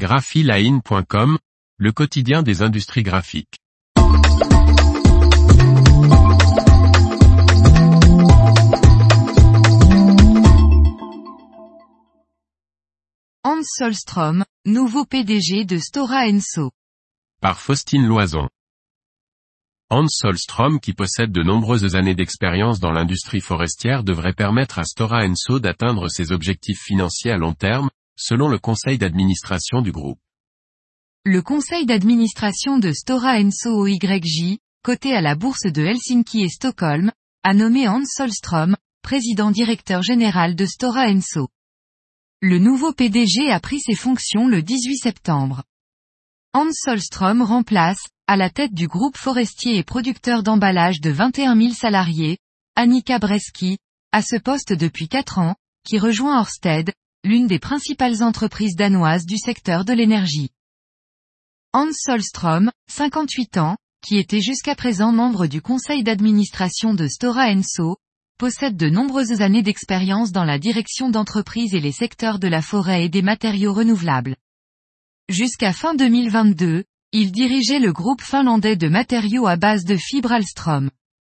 graphiline.com, le quotidien des industries graphiques. Hans Sohlström, nouveau PDG de Stora Enso. Par Faustine Loison. Hans Sohlström, qui possède de nombreuses années d'expérience dans l'industrie forestière, devrait permettre à Stora Enso d'atteindre ses objectifs financiers à long terme, selon le conseil d'administration du groupe. Le conseil d'administration de Stora Enso Oyj, coté à la bourse de Helsinki et Stockholm, a nommé Hans Sohlström, président-directeur général de Stora Enso. Le nouveau PDG a pris ses fonctions le 18 septembre. Hans Sohlström remplace, à la tête du groupe forestier et producteur d'emballage de 21 000 salariés, Annika Breski, à ce poste depuis 4 ans, qui rejoint Ørsted, l'une des principales entreprises danoises du secteur de l'énergie. Hans Sohlström, 58 ans, qui était jusqu'à présent membre du conseil d'administration de Stora Enso, possède de nombreuses années d'expérience dans la direction d'entreprises et les secteurs de la forêt et des matériaux renouvelables. Jusqu'à fin 2022, il dirigeait le groupe finlandais de matériaux à base de fibres Ahlstrom.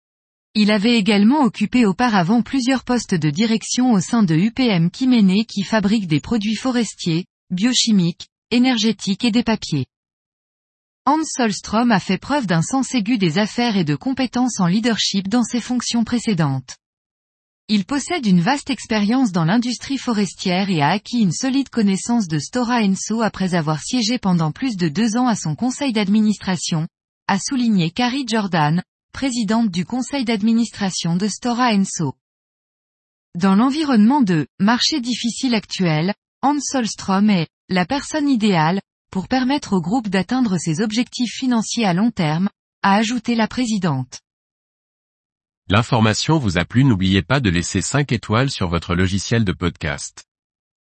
Il avait également occupé auparavant plusieurs postes de direction au sein de UPM Kymmene qui fabrique des produits forestiers, biochimiques, énergétiques et des papiers. Hans Sohlström a fait preuve d'un sens aigu des affaires et de compétences en leadership dans ses fonctions précédentes. Il possède une vaste expérience dans l'industrie forestière et a acquis une solide connaissance de Stora Enso après avoir siégé pendant plus de 2 ans à son conseil d'administration, a souligné Kari Jordan, présidente du conseil d'administration de Stora Enso. Dans l'environnement de « marché difficile » actuel, Hans Sohlström est « la personne idéale » pour permettre au groupe d'atteindre ses objectifs financiers à long terme, a ajouté la présidente. L'information vous a plu, n'oubliez pas de laisser 5 étoiles sur votre logiciel de podcast.